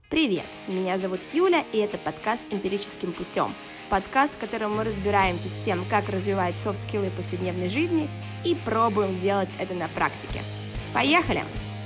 Привет! Меня зовут Юля, и это подкаст «Эмпирическим путем». Подкаст, в котором мы разбираемся с тем, как развивать софт-скиллы повседневной жизни и пробуем делать это на практике. Поехали!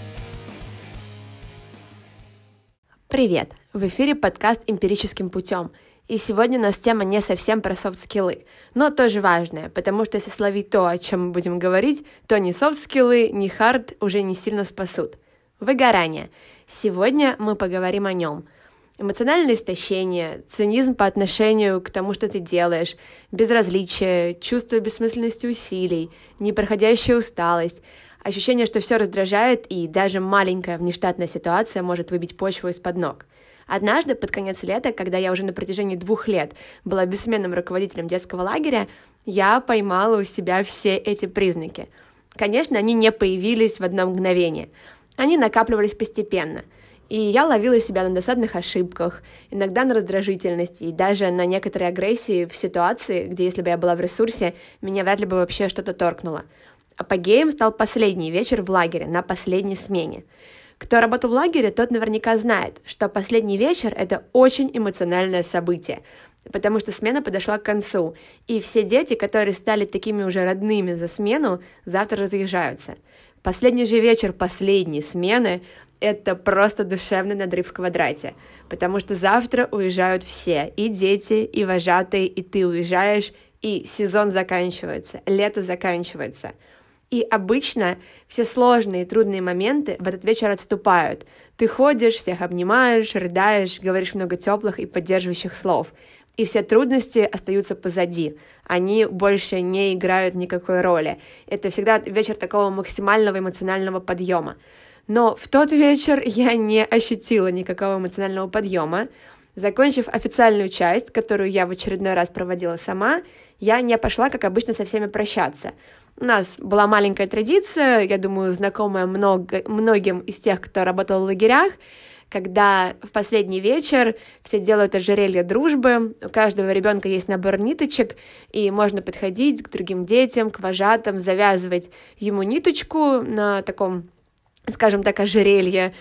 Привет! В эфире подкаст «Эмпирическим путем». И сегодня у нас тема не совсем про софт-скиллы, но тоже важная, потому что если словить то, о чем мы будем говорить, то ни софт-скиллы, ни хард уже не сильно спасут. Выгорание. Сегодня мы поговорим о нем. Эмоциональное истощение, цинизм по отношению к тому, что ты делаешь, безразличие, чувство бессмысленности усилий, непроходящая усталость, ощущение, что все раздражает, и даже маленькая внештатная ситуация может выбить почву из-под ног. Однажды, под конец лета, когда я уже на протяжении 2 лет была бессменным руководителем детского лагеря, я поймала у себя все эти признаки. Конечно, они не появились в одно мгновение. Они накапливались постепенно, и я ловила себя на досадных ошибках, иногда на раздражительности и даже на некоторой агрессии в ситуации, где, если бы я была в ресурсе, меня вряд ли бы вообще что-то торкнуло. Апогеем стал последний вечер в лагере, на последней смене. Кто работал в лагере, тот наверняка знает, что последний вечер — это очень эмоциональное событие, потому что смена подошла к концу, и все дети, которые стали такими уже родными за смену, завтра разъезжаются. Последний же вечер последней смены — это просто душевный надрыв в квадрате, потому что завтра уезжают все, и дети, и вожатые, и ты уезжаешь, и сезон заканчивается, лето заканчивается. И обычно все сложные и трудные моменты в этот вечер отступают. Ты ходишь, всех обнимаешь, рыдаешь, говоришь много теплых и поддерживающих слов. И все трудности остаются позади. Они больше не играют никакой роли. Это всегда вечер такого максимального эмоционального подъема. Но в тот вечер я не ощутила никакого эмоционального подъема. Закончив официальную часть, которую я в очередной раз проводила сама, я не пошла, как обычно, со всеми прощаться. У нас была маленькая традиция, я думаю, знакомая многим из тех, кто работал в лагерях, когда в последний вечер все делают ожерелье дружбы, у каждого ребенка есть набор ниточек, и можно подходить к другим детям, к вожатым, завязывать ему ниточку на таком, скажем так, ожерелье,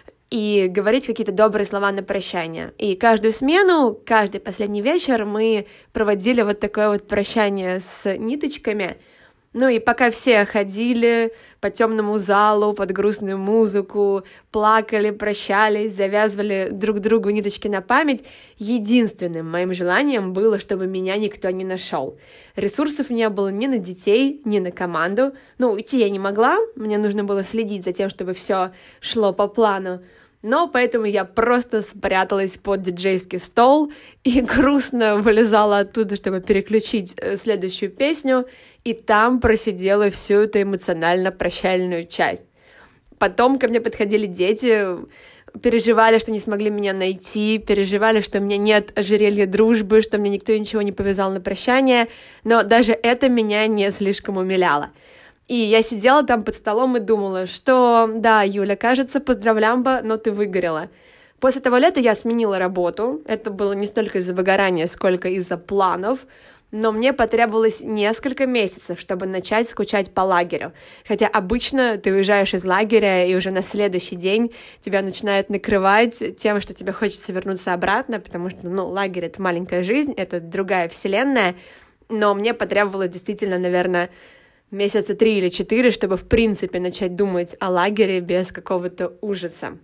и говорить какие-то добрые слова на прощание. И каждую смену, каждый последний вечер мы проводили вот такое вот прощание с ниточками. Ну и пока все ходили по темному залу, под грустную музыку, плакали, прощались, завязывали друг другу ниточки на память, единственным моим желанием было, чтобы меня никто не нашел. Ресурсов не было ни на детей, ни на команду. Ну, уйти я не могла, мне нужно было следить за тем, чтобы все шло по плану. Но поэтому я просто спряталась под диджейский стол и грустно вылезала оттуда, чтобы переключить следующую песню, и там просидела всю эту эмоционально-прощальную часть. Потом ко мне подходили дети, переживали, что не смогли меня найти, переживали, что у меня нет ожерелья дружбы, что мне никто ничего не повязал на прощание, но даже это меня не слишком умиляло. И я сидела там под столом и думала, что да, Юля, кажется, поздравлямба, но ты выгорела. После того лета я сменила работу. Это было не столько из-за выгорания, сколько из-за планов. Но мне потребовалось несколько месяцев, чтобы начать скучать по лагерю. Хотя обычно ты уезжаешь из лагеря, и уже на следующий день тебя начинает накрывать тем, что тебе хочется вернуться обратно, потому что, лагерь — это маленькая жизнь, это другая вселенная. Но мне потребовалось действительно, наверное, месяца 3 или 4, чтобы, в принципе, начать думать о лагере без какого-то ужаса.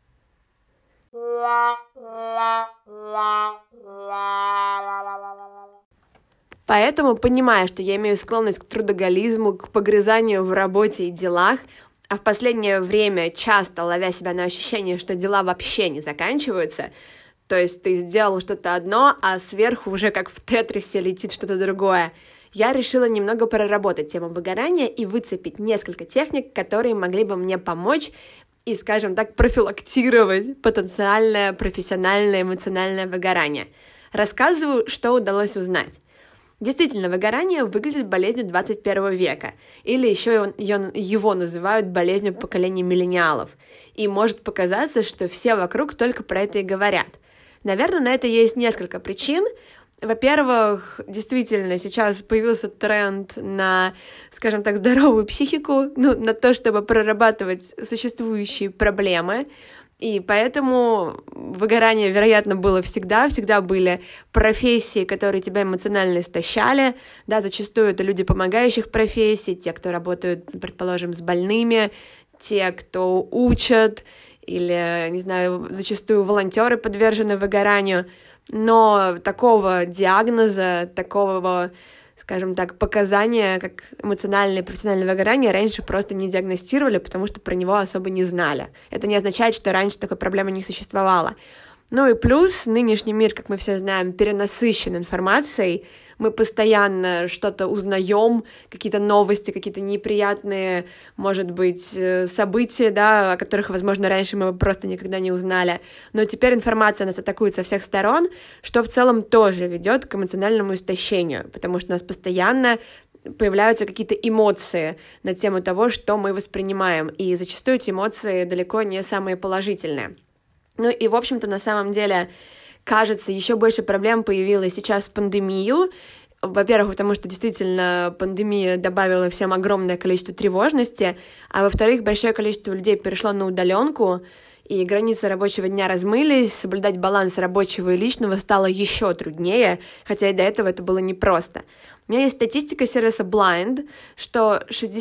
Поэтому, понимая, что я имею склонность к трудоголизму, к погрязанию в работе и делах, а в последнее время часто ловя себя на ощущение, что дела вообще не заканчиваются, то есть ты сделал что-то одно, а сверху уже как в тетрисе летит что-то другое, я решила немного проработать тему выгорания и выцепить несколько техник, которые могли бы мне помочь и, скажем так, профилактировать потенциальное профессиональное эмоциональное выгорание. Рассказываю, что удалось узнать. Действительно, выгорание выглядит болезнью 21 века, или еще его называют болезнью поколения миллениалов, и может показаться, что все вокруг только про это и говорят. Наверное, на это есть несколько причин. Во-первых, действительно, сейчас появился тренд на, скажем так, здоровую психику, на то, чтобы прорабатывать существующие проблемы. И поэтому выгорание, вероятно, было всегда были профессии, которые тебя эмоционально истощали, да, зачастую это люди помогающих профессий, те, кто работают, предположим, с больными, те, кто учат, или, не знаю, зачастую волонтеры подвержены выгоранию, но такого диагноза, такого, скажем так, показания, как эмоциональное и профессиональное выгорание, раньше просто не диагностировали, потому что про него особо не знали. Это не означает, что раньше такой проблемы не существовало. Ну и плюс нынешний мир, как мы все знаем, перенасыщен информацией, мы постоянно что-то узнаем, какие-то новости, какие-то неприятные, может быть, события, да, о которых, возможно, раньше мы просто никогда не узнали. Но теперь информация нас атакует со всех сторон, что в целом тоже ведет к эмоциональному истощению, потому что у нас постоянно появляются какие-то эмоции на тему того, что мы воспринимаем, и зачастую эти эмоции далеко не самые положительные. Ну и, в общем-то, на самом деле, кажется, еще больше проблем появилось сейчас в пандемию. Во-первых, потому что действительно пандемия добавила всем огромное количество тревожности, а во-вторых, большое количество людей перешло на удаленку, и границы рабочего дня размылись, соблюдать баланс рабочего и личного стало еще труднее, хотя и до этого это было непросто. У меня есть статистика сервиса Blind, что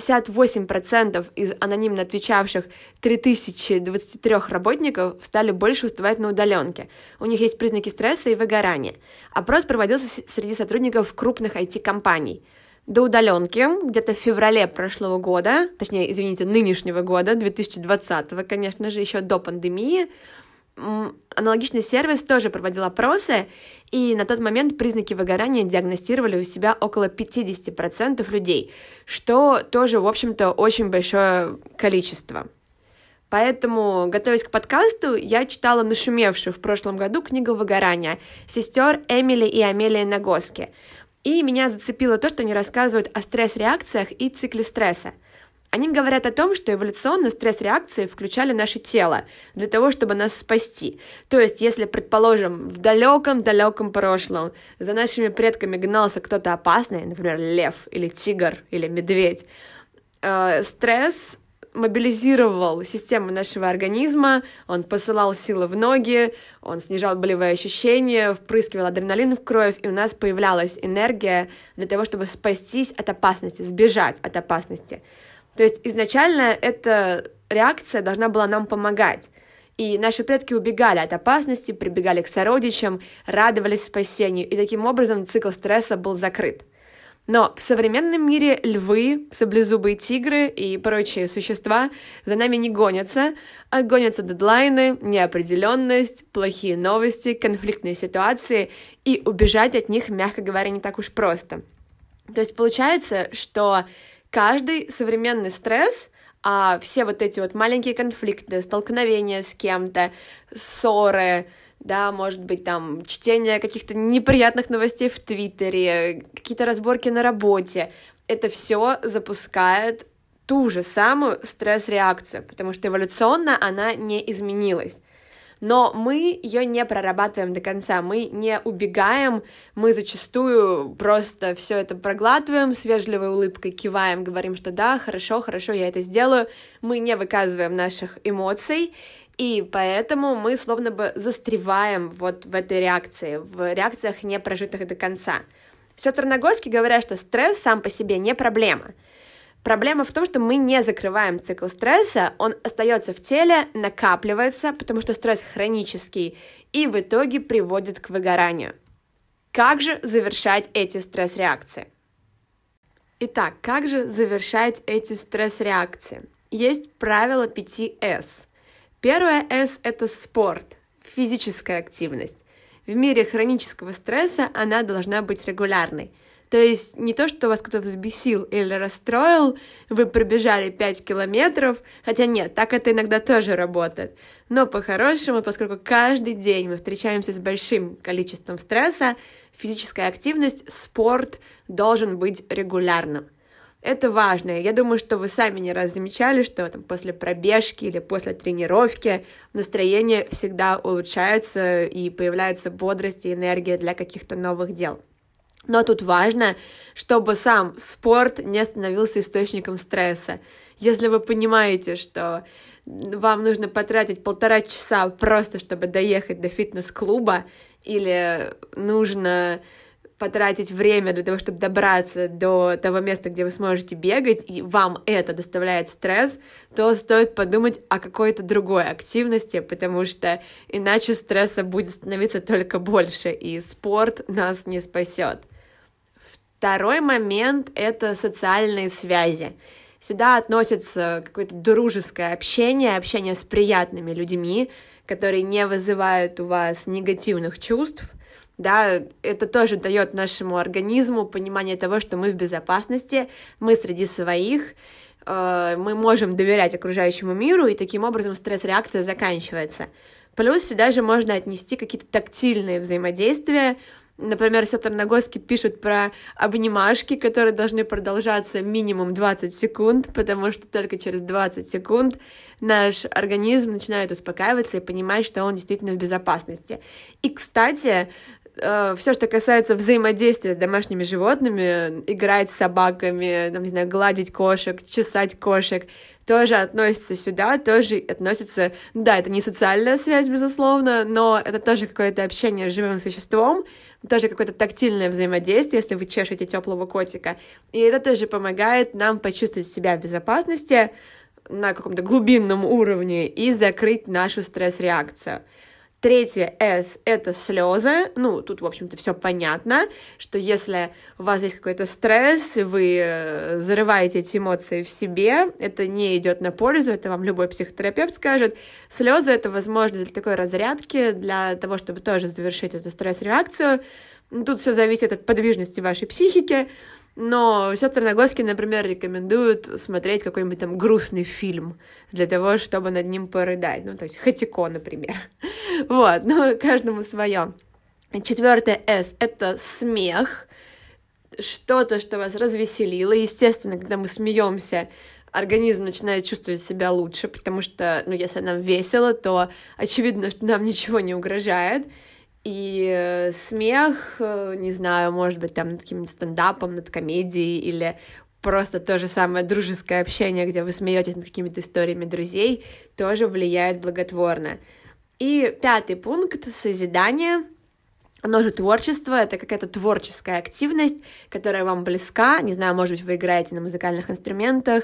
68% из анонимно отвечавших 3023 работников стали больше уставать на удаленке. У них есть признаки стресса и выгорания. Опрос проводился среди сотрудников крупных IT-компаний. До удаленки, где-то в феврале прошлого года, точнее, извините, нынешнего года, 2020, конечно же, еще до пандемии, аналогичный сервис тоже проводил опросы, и на тот момент признаки выгорания диагностировали у себя около 50% людей, что тоже, в общем-то, очень большое количество. Поэтому, готовясь к подкасту, я читала нашумевшую в прошлом году книгу «Выгорание» сестер Эмили и Амелии Нагоски. И меня зацепило то, что они рассказывают о стресс-реакциях и цикле стресса. Они говорят о том, что эволюционно стресс-реакции включали наше тело для того, чтобы нас спасти. То есть, если, предположим, в далеком-далеком прошлом за нашими предками гнался кто-то опасный, например, лев или тигр или медведь, стресс мобилизировал систему нашего организма, он посылал силы в ноги, он снижал болевые ощущения, впрыскивал адреналин в кровь, и у нас появлялась энергия для того, чтобы спастись от опасности, сбежать от опасности. То есть изначально эта реакция должна была нам помогать. И наши предки убегали от опасности, прибегали к сородичам, радовались спасению, и таким образом цикл стресса был закрыт. Но в современном мире львы, саблезубые тигры и прочие существа за нами не гонятся, а гонятся дедлайны, неопределенность, плохие новости, конфликтные ситуации, и убежать от них, мягко говоря, не так уж просто. То есть получается, что каждый современный стресс, а все вот эти вот маленькие конфликты, столкновения с кем-то, ссоры, да, может быть, там, чтение каких-то неприятных новостей в Твиттере, какие-то разборки на работе, это все запускает ту же самую стресс-реакцию, потому что эволюционно она не изменилась. Но мы ее не прорабатываем до конца, мы не убегаем, мы зачастую просто все это проглатываем, с вежливой улыбкой киваем, говорим, что да, хорошо, я это сделаю, мы не выказываем наших эмоций, и поэтому мы словно бы застреваем вот в этой реакции, в реакциях, не прожитых до конца. Сестры Нагоски говорят, что стресс сам по себе не проблема. Проблема в том, что мы не закрываем цикл стресса, он остается в теле, накапливается, потому что стресс хронический, и в итоге приводит к выгоранию. Как же завершать эти стресс-реакции? Итак, как же завершать эти стресс-реакции? Есть правило 5S. Первое S – это спорт, физическая активность. В мире хронического стресса она должна быть регулярной. То есть не то, что вас кто-то взбесил или расстроил, вы пробежали 5 километров, хотя нет, так это иногда тоже работает. Но по-хорошему, поскольку каждый день мы встречаемся с большим количеством стресса, физическая активность, спорт должен быть регулярным. Это важно. Я думаю, что вы сами не раз замечали, что там, после пробежки или после тренировки настроение всегда улучшается и появляется бодрость и энергия для каких-то новых дел. Но тут важно, чтобы сам спорт не становился источником стресса. Если вы понимаете, что вам нужно потратить 1,5 часа просто, чтобы доехать до фитнес-клуба, или нужно потратить время для того, чтобы добраться до того места, где вы сможете бегать, и вам это доставляет стресс, то стоит подумать о какой-то другой активности, потому что иначе стресса будет становиться только больше, и спорт нас не спасет. Второй момент — это социальные связи. Сюда относится какое-то дружеское общение с приятными людьми, которые не вызывают у вас негативных чувств. Да, это тоже дает нашему организму понимание того, что мы в безопасности, мы среди своих, мы можем доверять окружающему миру, и таким образом стресс-реакция заканчивается. Плюс сюда же можно отнести какие-то тактильные взаимодействия. Например, сестры Нагоски пишут про обнимашки, которые должны продолжаться минимум 20 секунд, потому что только через 20 секунд наш организм начинает успокаиваться и понимать, что он действительно в безопасности. И, кстати, все, что касается взаимодействия с домашними животными, играть с собаками, там, не знаю, гладить кошек, чесать кошек, тоже относится сюда, тоже относится... Да, это не социальная связь, безусловно, но это тоже какое-то общение с живым существом, тоже какое-то тактильное взаимодействие, если вы чешете теплого котика. И это тоже помогает нам почувствовать себя в безопасности на каком-то глубинном уровне и закрыть нашу стресс-реакцию. Третье S — это слезы. Тут, в общем-то, все понятно, что если у вас есть какой-то стресс, вы зарываете эти эмоции в себе, это не идет на пользу, это вам любой психотерапевт скажет. Слезы — это возможно для такой разрядки, для того, чтобы тоже завершить эту стресс-реакцию. Тут все зависит от подвижности вашей психики, но сестры Нагоски, например, рекомендуют смотреть какой-нибудь там грустный фильм для того, чтобы над ним порыдать. То есть Хатико, например. Вот, каждому свое. Четвертое S — это смех. Что-то, что вас развеселило. Естественно, когда мы смеемся, организм начинает чувствовать себя лучше, потому что, если нам весело, то очевидно, что нам ничего не угрожает. И смех, не знаю, может быть, там над каким-нибудь стендапом, над комедией, или просто то же самое дружеское общение, где вы смеетесь над какими-то историями друзей, тоже влияет благотворно. И 5-й пункт — созидание. Оно же творчество, это какая-то творческая активность, которая вам близка. Не знаю, может быть, вы играете на музыкальных инструментах,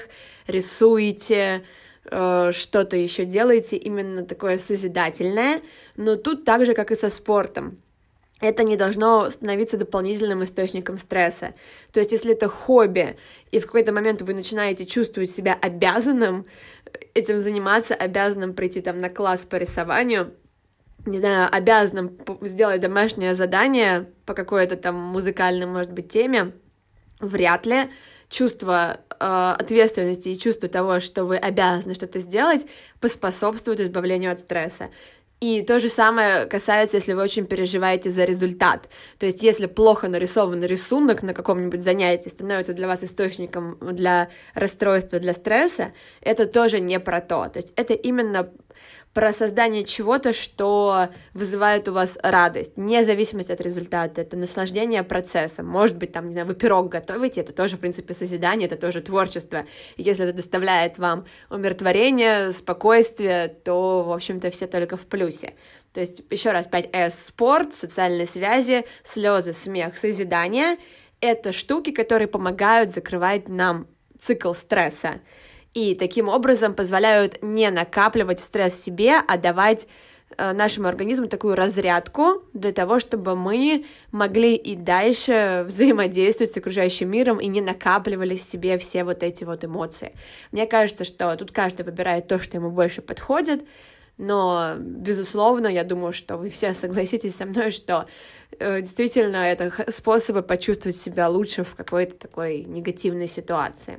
рисуете, что-то еще делаете, именно такое созидательное, но тут так же, как и со спортом. Это не должно становиться дополнительным источником стресса. То есть, если это хобби, и в какой-то момент вы начинаете чувствовать себя обязанным этим заниматься, обязанным прийти там на класс по рисованию, не знаю, обязанным сделать домашнее задание по какой-то там музыкальной, может быть, теме, вряд ли чувство ответственности и чувство того, что вы обязаны что-то сделать, поспособствует избавлению от стресса. И то же самое касается, если вы очень переживаете за результат. То есть, если плохо нарисованный рисунок на каком-нибудь занятии становится для вас источником для расстройства, для стресса, это тоже не про то. То есть, это именно про создание чего-то, что вызывает у вас радость, вне зависимости от результата, это наслаждение процессом. Может быть, там, не знаю, вы пирог готовите, это тоже, в принципе, созидание, это тоже творчество. И если это доставляет вам умиротворение, спокойствие, то, в общем-то, все только в плюсе. То есть, еще раз, 5S — спорт, социальные связи, слезы, смех, созидание — это штуки, которые помогают закрывать нам цикл стресса. И таким образом позволяют не накапливать стресс себе, а давать нашему организму такую разрядку для того, чтобы мы могли и дальше взаимодействовать с окружающим миром и не накапливали в себе все вот эти вот эмоции. Мне кажется, что тут каждый выбирает то, что ему больше подходит, но, безусловно, я думаю, что вы все согласитесь со мной, что действительно это способы почувствовать себя лучше в какой-то такой негативной ситуации.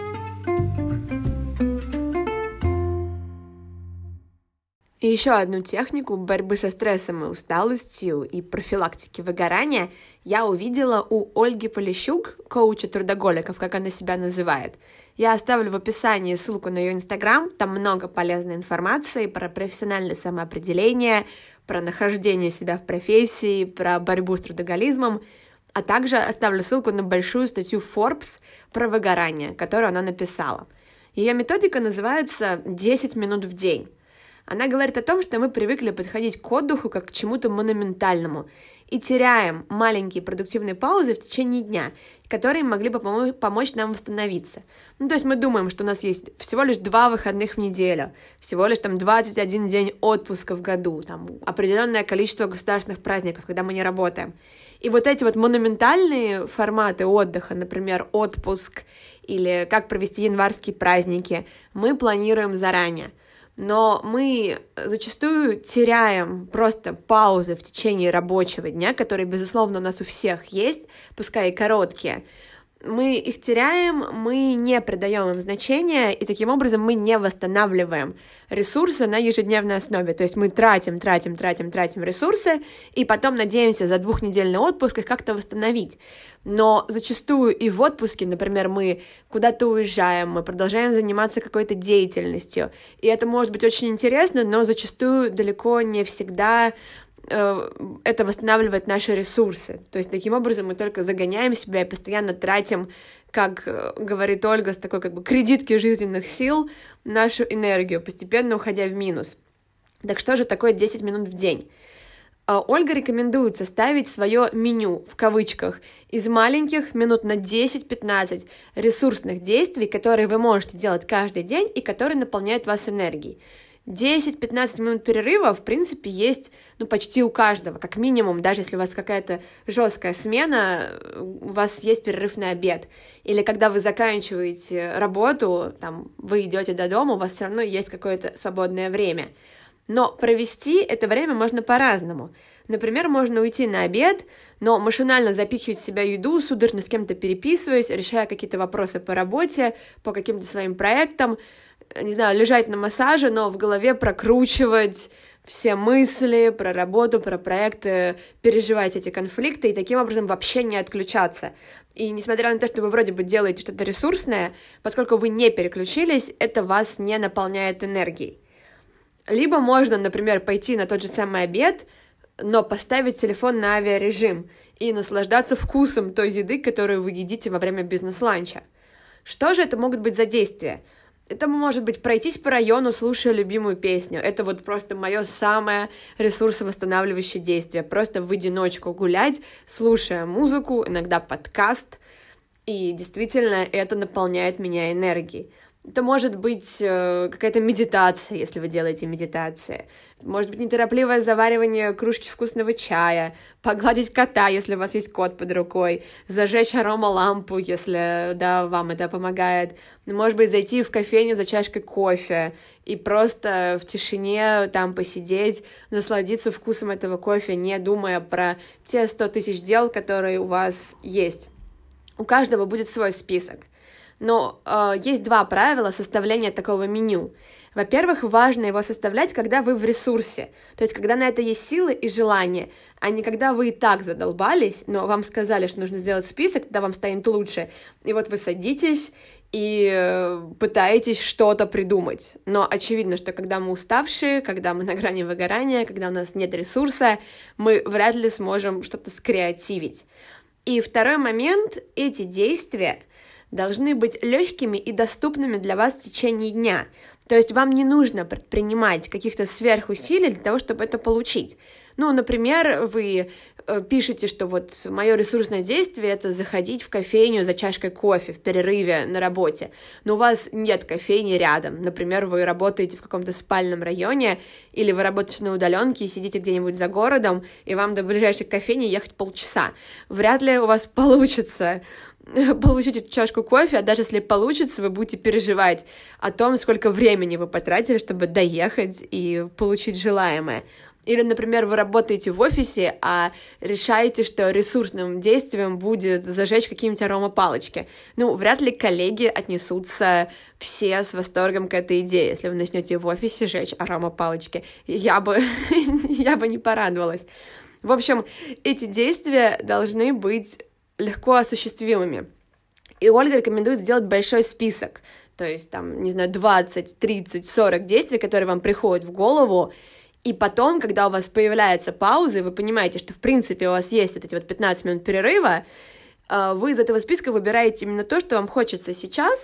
И еще одну технику борьбы со стрессом и усталостью и профилактики выгорания я увидела у Ольги Полищук, коуча трудоголиков, как она себя называет. Я оставлю в описании ссылку на ее Инстаграм, там много полезной информации про профессиональное самоопределение, про нахождение себя в профессии, про борьбу с трудоголизмом, а также оставлю ссылку на большую статью Forbes про выгорание, которую она написала. Ее методика называется «10 минут в день». Она говорит о том, что мы привыкли подходить к отдыху как к чему-то монументальному и теряем маленькие продуктивные паузы в течение дня, которые могли бы помочь нам восстановиться. То есть мы думаем, что у нас есть всего лишь 2 выходных в неделю, всего лишь 21 день отпуска в году, определенное количество государственных праздников, когда мы не работаем. И вот эти монументальные форматы отдыха, например, отпуск или как провести январские праздники, мы планируем заранее. Но мы зачастую теряем просто паузы в течение рабочего дня, которые, безусловно, у нас у всех есть, пускай и короткие. Мы их теряем, мы не придаем им значения, и таким образом мы не восстанавливаем ресурсы на ежедневной основе. То есть мы тратим ресурсы, и потом надеемся за 2-недельный отпуск их как-то восстановить. Но зачастую и в отпуске, например, мы куда-то уезжаем, мы продолжаем заниматься какой-то деятельностью, и это может быть очень интересно, но зачастую далеко не всегда это восстанавливает наши ресурсы. То есть таким образом мы только загоняем себя и постоянно тратим, как говорит Ольга, с такой кредитки жизненных сил, нашу энергию, постепенно уходя в минус. Так что же такое 10 минут в день? Ольга рекомендует составить свое меню, в кавычках, из маленьких минут на 10-15 ресурсных действий, которые вы можете делать каждый день и которые наполняют вас энергией. 10-15 минут перерыва, в принципе, есть почти у каждого, как минимум, даже если у вас какая-то жесткая смена, у вас есть перерыв на обед. Или когда вы заканчиваете работу, вы идете до дома, у вас все равно есть какое-то свободное время. Но провести это время можно по-разному. Например, можно уйти на обед, но машинально запихивать в себя еду, судорожно с кем-то переписываясь, решая какие-то вопросы по работе, по каким-то своим проектам, не знаю, лежать на массаже, но в голове прокручивать все мысли про работу, про проекты, переживать эти конфликты и таким образом вообще не отключаться. И несмотря на то, что вы вроде бы делаете что-то ресурсное, поскольку вы не переключились, это вас не наполняет энергией. Либо можно, например, пойти на тот же самый обед, но поставить телефон на авиарежим и наслаждаться вкусом той еды, которую вы едите во время бизнес-ланча. Что же это могут быть за действия? Это может быть пройтись по району, слушая любимую песню. Это просто мое самое ресурсовосстанавливающее действие. Просто в одиночку гулять, слушая музыку, иногда подкаст. И действительно это наполняет меня энергией. Это может быть какая-то медитация, если вы делаете медитации. Может быть неторопливое заваривание кружки вкусного чая, погладить кота, если у вас есть кот под рукой, зажечь аромалампу, если вам это помогает. Может быть зайти в кофейню за чашкой кофе и просто в тишине там посидеть, насладиться вкусом этого кофе, не думая про те 100 тысяч дел, которые у вас есть. У каждого будет свой список. Но есть 2 правила составления такого меню. Во-первых, важно его составлять, когда вы в ресурсе, то есть когда на это есть силы и желание, а не когда вы и так задолбались, но вам сказали, что нужно сделать список, тогда вам станет лучше, и вы садитесь и пытаетесь что-то придумать. Но очевидно, что когда мы уставшие, когда мы на грани выгорания, когда у нас нет ресурса, мы вряд ли сможем что-то скреативить. И второй момент, эти действия должны быть легкими и доступными для вас в течение дня. То есть вам не нужно предпринимать каких-то сверхусилий для того, чтобы это получить. Например, вы пишете, что мое ресурсное действие — это заходить в кофейню за чашкой кофе в перерыве на работе, но у вас нет кофейни рядом. Например, вы работаете в каком-то спальном районе, или вы работаете на удаленке и сидите где-нибудь за городом, и вам до ближайшей кофейни ехать полчаса. Вряд ли у вас получится получить эту чашку кофе, а даже если получится, вы будете переживать о том, сколько времени вы потратили, чтобы доехать и получить желаемое. Или, например, вы работаете в офисе, а решаете, что ресурсным действием будет зажечь какие-нибудь аромапалочки. Вряд ли коллеги отнесутся все с восторгом к этой идее, если вы начнете в офисе жечь аромапалочки. Я бы не порадовалась. В общем, эти действия должны быть легко осуществимыми. И Ольга рекомендует сделать большой список, то есть 20, 30, 40 действий, которые вам приходят в голову, и потом, когда у вас появляется пауза, и вы понимаете, что в принципе у вас есть эти 15 минут перерыва, вы из этого списка выбираете именно то, что вам хочется сейчас,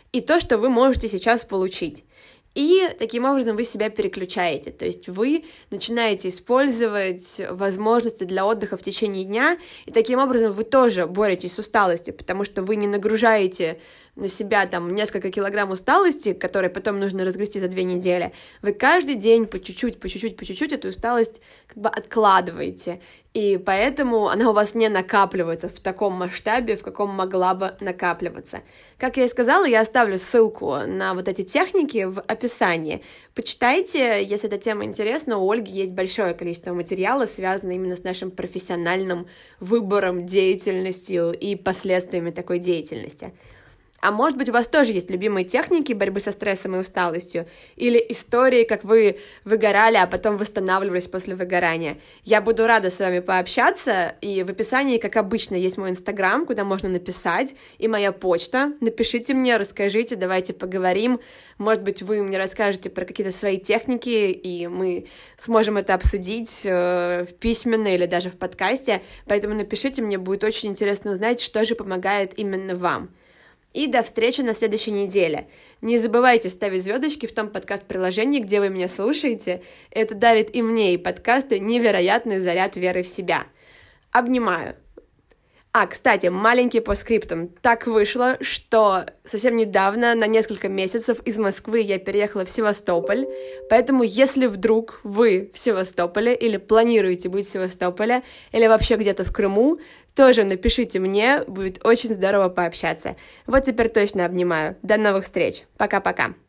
и то, что вы можете сейчас получить. И таким образом вы себя переключаете, то есть вы начинаете использовать возможности для отдыха в течение дня, и таким образом вы тоже боретесь с усталостью, потому что вы не нагружаете на себя там несколько килограмм усталости, которые потом нужно разгрести за 2 недели, вы каждый день по чуть-чуть эту усталость как бы откладываете, и поэтому она у вас не накапливается в таком масштабе, в каком могла бы накапливаться. Как я и сказала, я оставлю ссылку на вот эти техники в описании. Почитайте, если эта тема интересна, у Ольги есть большое количество материала, связанного именно с нашим профессиональным выбором, деятельностью и последствиями такой деятельности. А может быть, у вас тоже есть любимые техники борьбы со стрессом и усталостью? Или истории, как вы выгорали, а потом восстанавливались после выгорания? Я буду рада с вами пообщаться, и в описании, как обычно, есть мой Инстаграм, куда можно написать, и моя почта. Напишите мне, расскажите, давайте поговорим. Может быть, вы мне расскажете про какие-то свои техники, и мы сможем это обсудить письменно или даже в подкасте. Поэтому напишите, мне будет очень интересно узнать, что же помогает именно вам. И до встречи на следующей неделе. Не забывайте ставить звездочки в том подкаст-приложении, где вы меня слушаете. Это дарит и мне, и подкасту невероятный заряд веры в себя. Обнимаю. Кстати, маленький постскриптум. Так вышло, что совсем недавно, на несколько месяцев, из Москвы я переехала в Севастополь, поэтому если вдруг вы в Севастополе или планируете быть в Севастополе, или вообще где-то в Крыму, тоже напишите мне, будет очень здорово пообщаться. Вот теперь точно обнимаю. До новых встреч. Пока-пока.